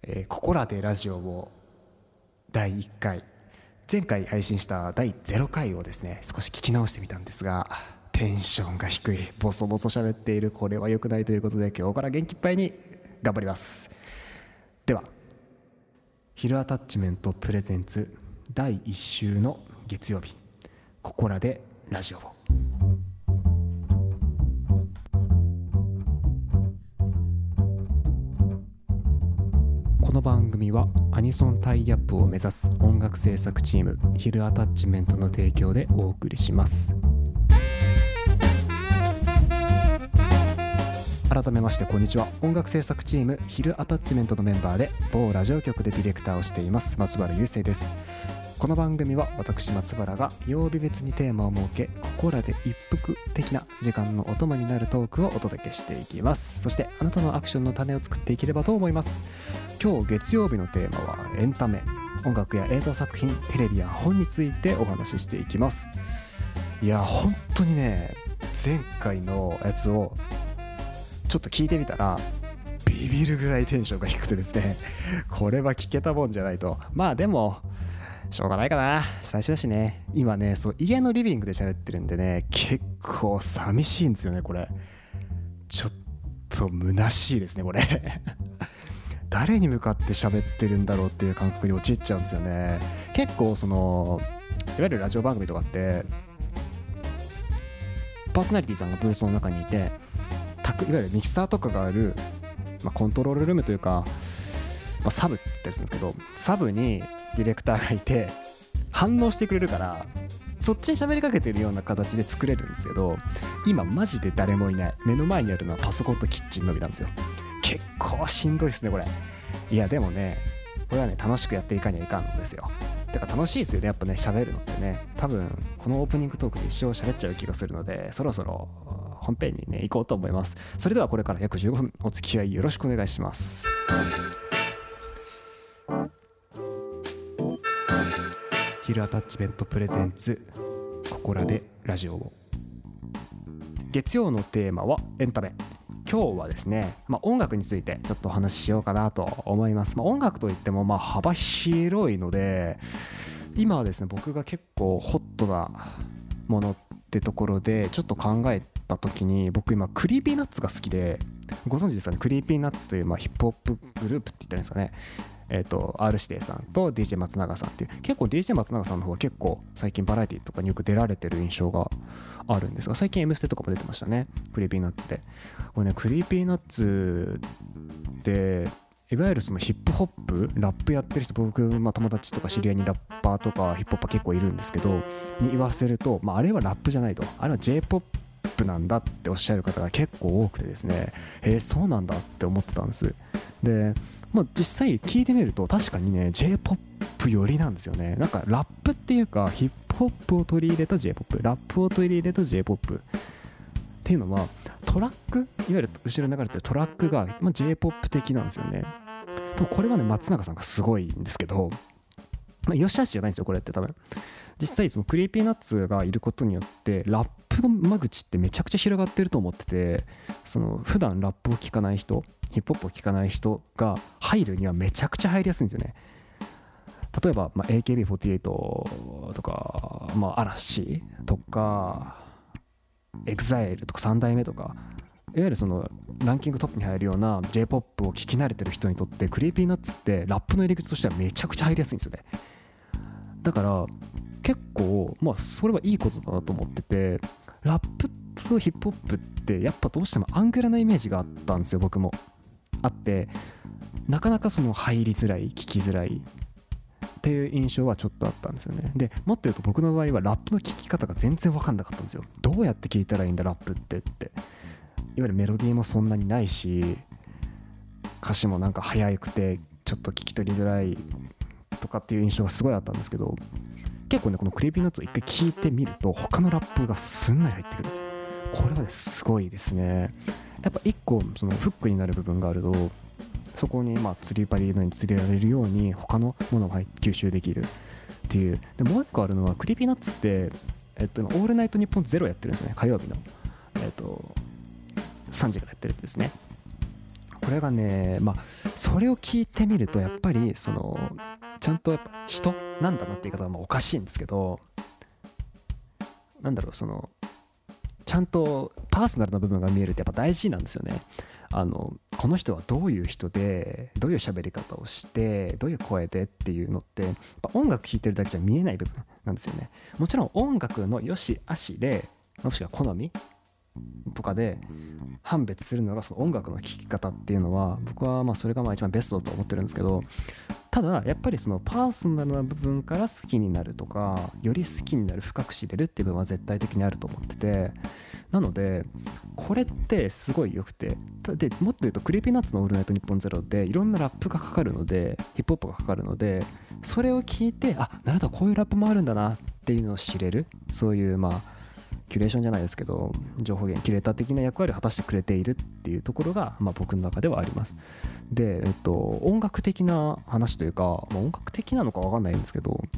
ここらでラジオを第1回、前回配信した第0回をですね、少し聞き直してみたんですが、テンションが低い、ボソボソ喋っている、これは良くないということで、今日から元気いっぱいに頑張ります。では、ヒルアタッチメントプレゼンツ第1週の月曜日、ここらでラジオを。この番組はアニソンタイアップを目指す音楽制作チームヒルアタッチメントの提供でお送りします。改めましてこんにちは。音楽制作チームヒルアタッチメントのメンバーで某ラジオ局でディレクターをしています松原雄生です。この番組は私松原が曜日別にテーマを設け、ここらで一服的な時間のお供になるトークをお届けしていきます。そしてあなたのアクションの種を作っていければと思います。今日月曜日のテーマはエンタメ、音楽や映像作品、テレビや本についてお話ししていきます。いや本当にね、前回のやつをちょっと聞いてみたらビビるぐらいテンションが低くてですね、これは聞けたもんじゃないと。まあでもしょうがないかな、最初だしね。今ね、そう家のリビングで喋ってるんでね、結構寂しいんですよね。これちょっと虚しいですねこれ誰に向かって喋ってるんだろうっていう感覚に陥っちゃうんですよね。結構そのいわゆるラジオ番組とかってパーソナリティさんがブースの中にいて、いわゆるミキサーとかがある、コントロールルームというか、サブって言ったりするんですけど、サブにディレクターがいて反応してくれるから、そっちに喋りかけてるような形で作れるんですけど、今マジで誰もいない。目の前にあるのはパソコンとキッチンのみなんですよ。結構しんどいですねこれ。いやでもね、これはね楽しくやっていかにはいかんのですよ。てか楽しいですよね、やっぱね、喋るのってね。多分このオープニングトークで一生喋っちゃう気がするので、そろそろ本編にね行こうと思います。それではこれから約15分お付き合いよろしくお願いします。ヒルアタッチメントプレゼンツここらでラジオを。月曜のテーマはエンタメ。今日はですね、音楽についてちょっとお話ししようかなと思います。音楽といっても幅広いので、今はですね僕が結構ホットなものってところでちょっと考えた時に、僕今クリーピーナッツが好きで、ご存知ですかね。クリーピーナッツというヒップホップグループって言ったらいいんですかね。R 指定さんと DJ 松永さんっていう、結構 DJ 松永さんの方は結構最近バラエティとかによく出られてる印象があるんですが、最近 M ステとかも出てましたね、クリーピーナッツで。これね、クリーピーナッツっていわゆるそのヒップホップラップやってる人、僕、友達とか知り合いにラッパーとかヒップホッパー結構いるんですけど、に言わせると、あれはラップじゃないと、あれは J-POPなんだっておっしゃる方が結構多くてですね、そうなんだって思ってたんです。で実際聞いてみると確かにね J-POP 寄りなんですよね。なんかラップっていうかヒップホップを取り入れた J-POP、 ラップを取り入れた J-POP っていうのは、トラック、いわゆる後ろに流れてるトラックが、J-POP 的なんですよね。でもこれはね松永さんがすごいんですけど、よしあしじゃないんですよこれって。多分実際そのクリーピーナッツがいることによってラップの間口ってめちゃくちゃ広がってると思ってて、その普段ラップを聴かない人、ヒップホップを聴かない人が入るにはめちゃくちゃ入りやすいんですよね。例えば、AKB48 とか、嵐とか EXILE とか三代目とか、いわゆるそのランキングトップに入るような J-POP を聴き慣れてる人にとってクリーピーナッツってラップの入り口としてはめちゃくちゃ入りやすいんですよね。だから結構それはいいことだなと思ってて、ラップとヒップホップってやっぱどうしてもアングラなイメージがあったんですよ。僕もあって、なかなかその入りづらい、聞きづらいっていう印象はちょっとあったんですよね。でもっと言うと僕の場合はラップの聞き方が全然分かんなかったんですよ。どうやって聞いたらいいんだラップっていわゆるメロディーもそんなにないし、歌詞もなんか速くてちょっと聞き取りづらいとかっていう印象がすごいあったんですけど、結構ねこのクリーピーナッツを一回聞いてみると他のラップがすんなり入ってくる。これはねすごいですね。やっぱ一個そのフックになる部分があると、そこに釣り針のように釣れられるように他のものが吸収できるっていう。でもう一個あるのは、クリーピーナッツって今オールナイトニッポンゼロやってるんですよね。火曜日の3時からやってるってですね。ここれがね、それを聞いてみるとやっぱりそのちゃんとやっぱ人なんだなって言い方はおかしいんですけど、なんだろう、そのちゃんとパーソナルな部分が見えるってやっぱ大事なんですよね。この人はどういう人でどういう喋り方をしてどういう声でっていうのってやっぱ音楽聴いてるだけじゃ見えない部分なんですよね。もちろん音楽の良し悪しで、もしくは好みとかで判別するのがその音楽の聴き方っていうのは、僕はそれが一番ベストだと思ってるんですけど、ただやっぱりそのパーソナルな部分から好きになるとか、より好きになる、深く知れるっていう部分は絶対的にあると思ってて、なのでこれってすごい良くて、でもっと言うとクリーピーナッツのオールナイトニッポンゼロでいろんなラップがかかるので、ヒップホップがかかるので、それを聞いてなるほどこういうラップもあるんだなっていうのを知れる、そういうキュレーションじゃないですけど情報源キュレーター的な役割を果たしてくれているっていうところが僕の中ではあります。で、音楽的な話というか、音楽的なのか分かんないんですけど、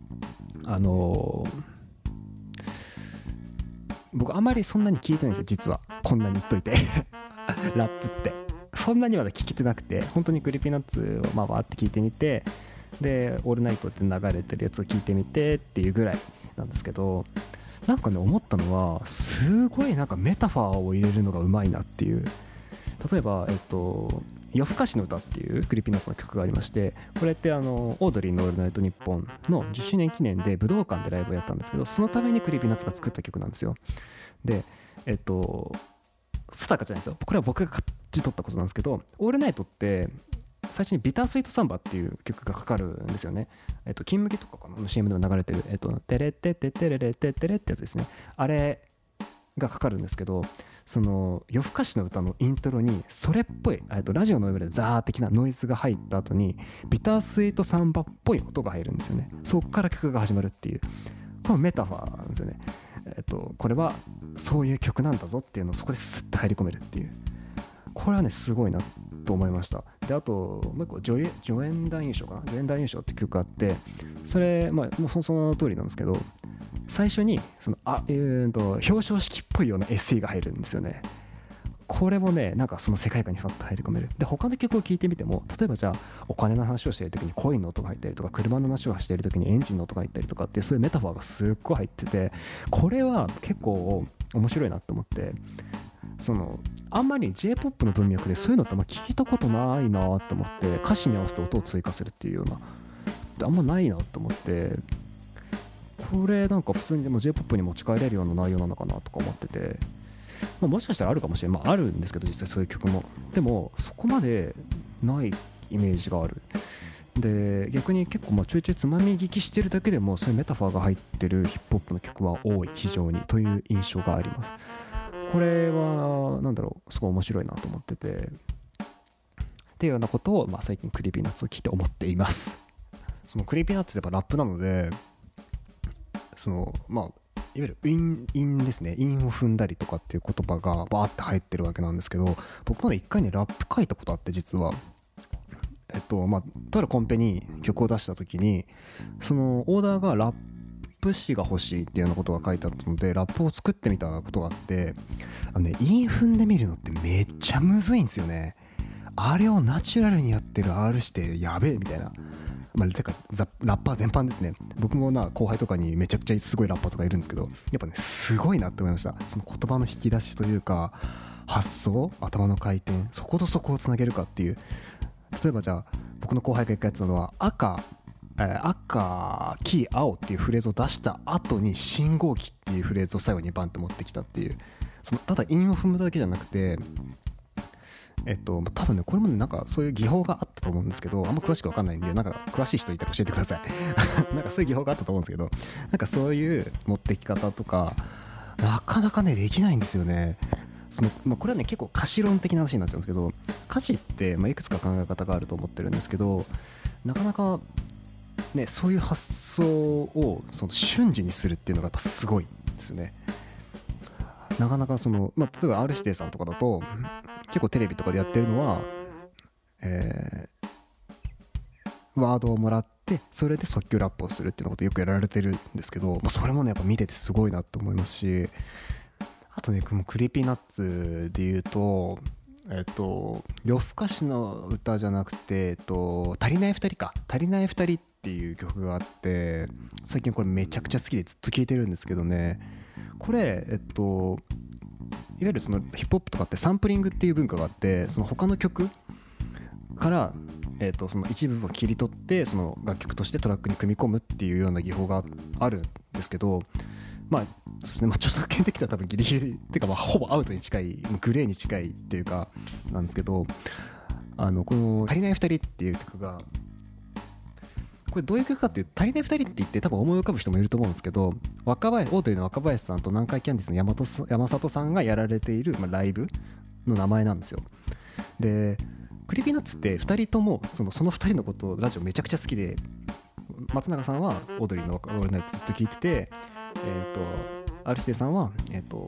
僕あまりそんなに聞いてないんですよ実は。こんなに言っといてラップってそんなにまだ聞けてなくて、本当にクリーピーナッツをバーって聞いてみて、でオールナイトって流れてるやつを聞いてみてっていうぐらいなんですけど、なんかね思ったのはすごいなんかメタファーを入れるのがうまいなっていう。例えば夜更かしの歌っていうクリーピーナッツの曲がありまして、これってオードリーのオールナイトニッポンの10周年記念で武道館でライブをやったんですけど、そのためにクリーピーナッツが作った曲なんですよ。で定かじゃないですよ、これは僕が勝ち取ったことなんですけど、オールナイトって最初にビタースイートサンバっていう曲がかかるんですよね。金麦とかかの CM でも流れてるテレテテテレレテテレってやつですね。あれがかかるんですけど、その夜更かしの歌のイントロにそれっぽいラジオの上でザー的なノイズが入った後にビタースイートサンバっぽい音が入るんですよね。そこから曲が始まるっていう、このメタファーなんですよね。これはそういう曲なんだぞっていうのをそこでスッと入り込めるっていう、これはねすごいなと思いました。であともう一個助演男優賞かな、助演男優賞って曲があって、それもうその通りなんですけど、最初にその表彰式っぽいような SE が入るんですよね。これもねなんかその世界観にファッと入り込める。で他の曲を聴いてみても、例えばじゃあお金の話をしている時にコインの音が入ったりとか、車の話をしている時にエンジンの音が入ったりとかっていう、そういうメタファーがすっごい入ってて、これは結構面白いなと思って、そのあんまり J-POP の文脈でそういうのって聞いたことないなと思って、歌詞に合わせて音を追加するっていうようなあんまないなと思って、これなんか普通にも J-POP に持ち帰れるような内容なのかなとか思ってて、もしかしたらあるかもしれない、あるんですけど実際そういう曲も、でもそこまでないイメージがある。で逆に結構ちょいちょいつまみ聞きしてるだけでもそういうメタファーが入ってるヒップホップの曲は多い、非常にという印象があります。これはなんだろう、すごい面白いなと思ってて、っていうようなことを最近クリーピーナッツを聞いて思っています。そのクリーピーナッツってやっぱラップなので、そのいわゆる韻ですね、韻を踏んだりとかっていう言葉がバーって入ってるわけなんですけど、僕まで一回ねラップ書いたことあって、実はとあるコンペに曲を出した時に、そのオーダーがラップ詞が欲しいっていうようなことが書いてあったので、ラップを作ってみたことがあって、韻踏んでみるのってめっちゃむずいんですよね。あれをナチュラルにやってる R してやべえみたいな、てかラッパー全般ですね。僕も後輩とかにめちゃくちゃすごいラッパーとかいるんですけど、やっぱねすごいなって思いました。その言葉の引き出しというか発想、頭の回転、そことそこをつなげるかっていう。例えばじゃあ僕の後輩が一回やってたのは赤、黄、青っていうフレーズを出した後に信号機っていうフレーズを最後にバンって持ってきたっていう、そのただ韻を踏むだけじゃなくて、多分ねこれもねなんかそういう技法があったと思うんですけど、あんま詳しく分かんないんで、なんか詳しい人いたら教えてくださいなんかそういう技法があったと思うんですけど、なんかそういう持ってき方とかなかなかねできないんですよね。これはね結構歌詞論的な話になっちゃうんですけど、歌詞って、いくつか考え方があると思ってるんですけど、なかなかねそういう発想をその瞬時にするっていうのがやっぱすごいですよね。なかなか例えば R 指定さんとかだと結構テレビとかでやってるのは、ワードをもらってそれで即興ラップをするっていうことをよくやられてるんですけど、それもねやっぱ見ててすごいなと思いますし、あとねクリーピーナッツで言うと夜更かしの歌じゃなくて、足りない2人か、足りない2人っていう曲があって、最近これめちゃくちゃ好きでずっと聴いてるんですけどね。これいわゆるそのヒップホップとかってサンプリングっていう文化があって、その他の曲からその一部分を切り取ってその楽曲としてトラックに組み込むっていうような技法があるんですけど、まあですね、著作権的には多分ギリギリっていうか、ほぼアウトに近い、グレーに近いっていうかなんですけど、この「足りない2人」っていう曲が、これどういう曲かっていうと、足りない2人って言って多分思い浮かぶ人もいると思うんですけど、オードリーの若林さんと南海キャンディーズの山里さんがやられている、ライブの名前なんですよ。でクリーピーナッツって2人ともその2人のことをラジオめちゃくちゃ好きで、松永さんはオードリーのオールナイトずっと聞いてて、R 指定さんは、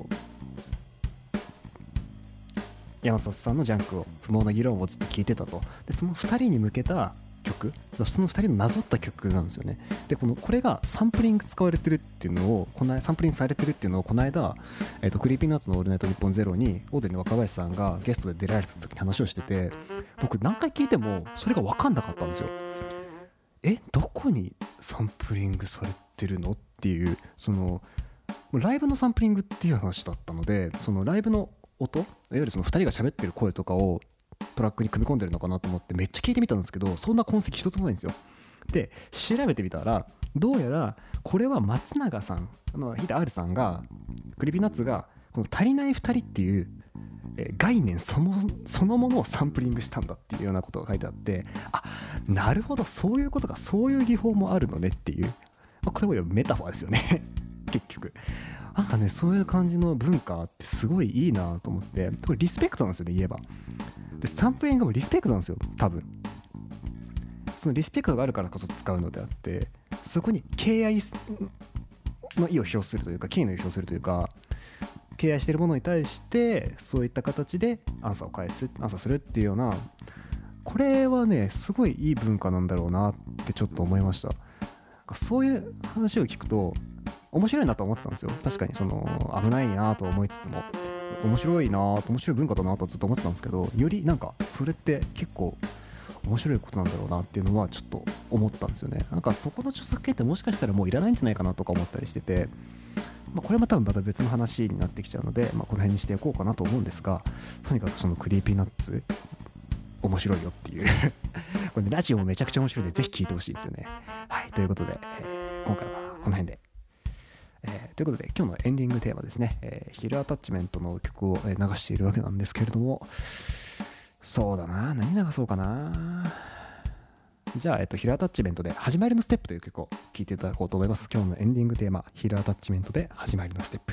山里さんのジャンクを不毛な議論をずっと聞いてたと。でその2人に向けた曲、その2人のなぞった曲なんですよね。でこれがサンプリング使われてるっていうのをサンプリングされてるっていうのをこの間、クリーピーナッツのオールナイトニッポンゼロにオードリーの若林さんがゲストで出られてた時に話をしてて、僕何回聞いてもそれが分かんなかったんですよ。どこにサンプリングされてるのっていう、そのライブのサンプリングっていう話だったので、そのライブの音、いわゆるその2人が喋ってる声とかをトラックに組み込んでるのかなと思ってめっちゃ聞いてみたんですけど、そんな痕跡一つもないんですよ。で調べてみたら、どうやらこれは松永さん、ヒデ R さんが、クリーピーナッツがこの足りない2人っていう概念そのものをサンプリングしたんだっていうようなことが書いてあって、なるほど、そういうことか、そういう技法もあるのねっていう、これもメタファーですよね結局なんかね、そういう感じの文化ってすごいいいなと思って、これリスペクトなんですよね、言えば。でサンプリングもリスペクトなんですよ、多分。そのリスペクトがあるからこそ使うのであって、そこに敬愛の意を表するというか、敬意の意を表するというか、敬愛しているものに対してそういった形でアンサーするっていうような、これはねすごいいい文化なんだろうなってちょっと思いました。そういう話を聞くと面白いなと思ってたんですよ。確かにその危ないなと思いつつも、面白い文化だなとずっと思ってたんですけど、よりなんかそれって結構面白いことなんだろうなっていうのはちょっと思ったんですよね。なんかそこの著作権ってもしかしたらもういらないんじゃないかなとか思ったりしてて、これも多分また別の話になってきちゃうので、この辺にしていこうかなと思うんですが、とにかくそのクリーピーナッツ面白いよっていうこれ、ね、ラジオもめちゃくちゃ面白いのでぜひ聴いてほしいんですよね。はい、ということで、今回はこの辺で、ということで今日のエンディングテーマですね、ヒルアタッチメントの曲を流しているわけなんですけれども、そうだな、何流そうかな。じゃあ、ヒルアタッチメントで始まりのステップという曲を聴いていただこうと思います。今日のエンディングテーマ、ヒルアタッチメントで始まりのステップ。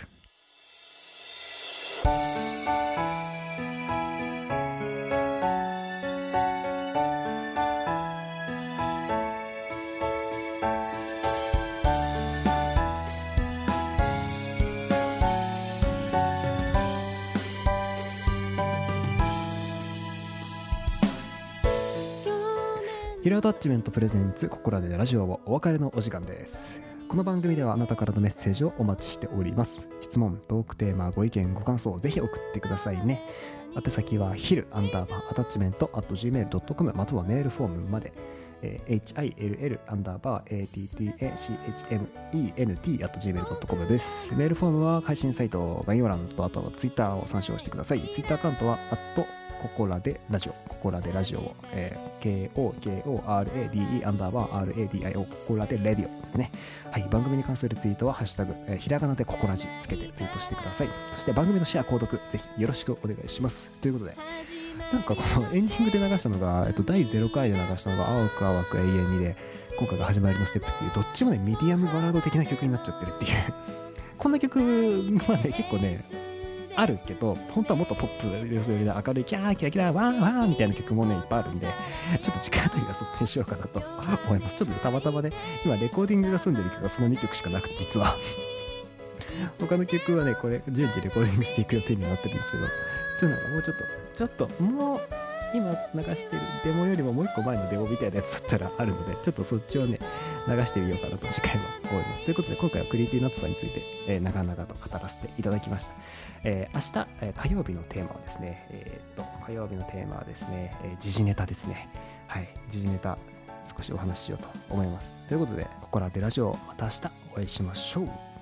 ヒルアタッチメントプレゼンツココラでラジオをお別れのお時間です。この番組ではあなたからのメッセージをお待ちしております。質問、トークテーマ、ご意見、ご感想をぜひ送ってくださいね。宛先はhill_attachment@gmail.com またはメールフォームまで、hill_attachment@gmail.com です。メールフォームは配信サイト概要欄とあとツイッターを参照してください。ツイッターアカウントはココラでラジオ、ココラでラジオを、KOKORADE_RADIO ココラでレディオですね。はい、番組に関するツイートはハッシュタグ、ひらがなでココラジつけてツイートしてください。そして番組のシェア購読ぜひよろしくお願いします。ということで、なんかこのエンディングで流したのが、第0回で流したのが青く淡く永遠にで、今回が始まりのステップっていう、どっちもねミディアムバラード的な曲になっちゃってるっていうこんな曲はね結構ねあるけど、本当はもっとポップ寄せよりで明るいキャーキラキラワーワーみたいな曲もねいっぱいあるんで、ちょっと時間あたりはそっちにしようかなと思います。ちょっとたまたまね今レコーディングが済んでる曲がその2曲しかなくて、実は他の曲はねこれ順次レコーディングしていく予定になってるんですけど、なんかもうちょっともう今流してるデモよりももう一個前のデモみたいなやつだったらあるので、ちょっとそっちをね流してみようかなと次回は思います。ということで今回はクリエイティナッツさんについて、長々と語らせていただきました。明日、火曜日のテーマはですね、火曜日のテーマはですね、時事ネタですね。はい、時事ネタ少しお話ししようと思います。ということで、ここらでラジオ、また明日お会いしましょう。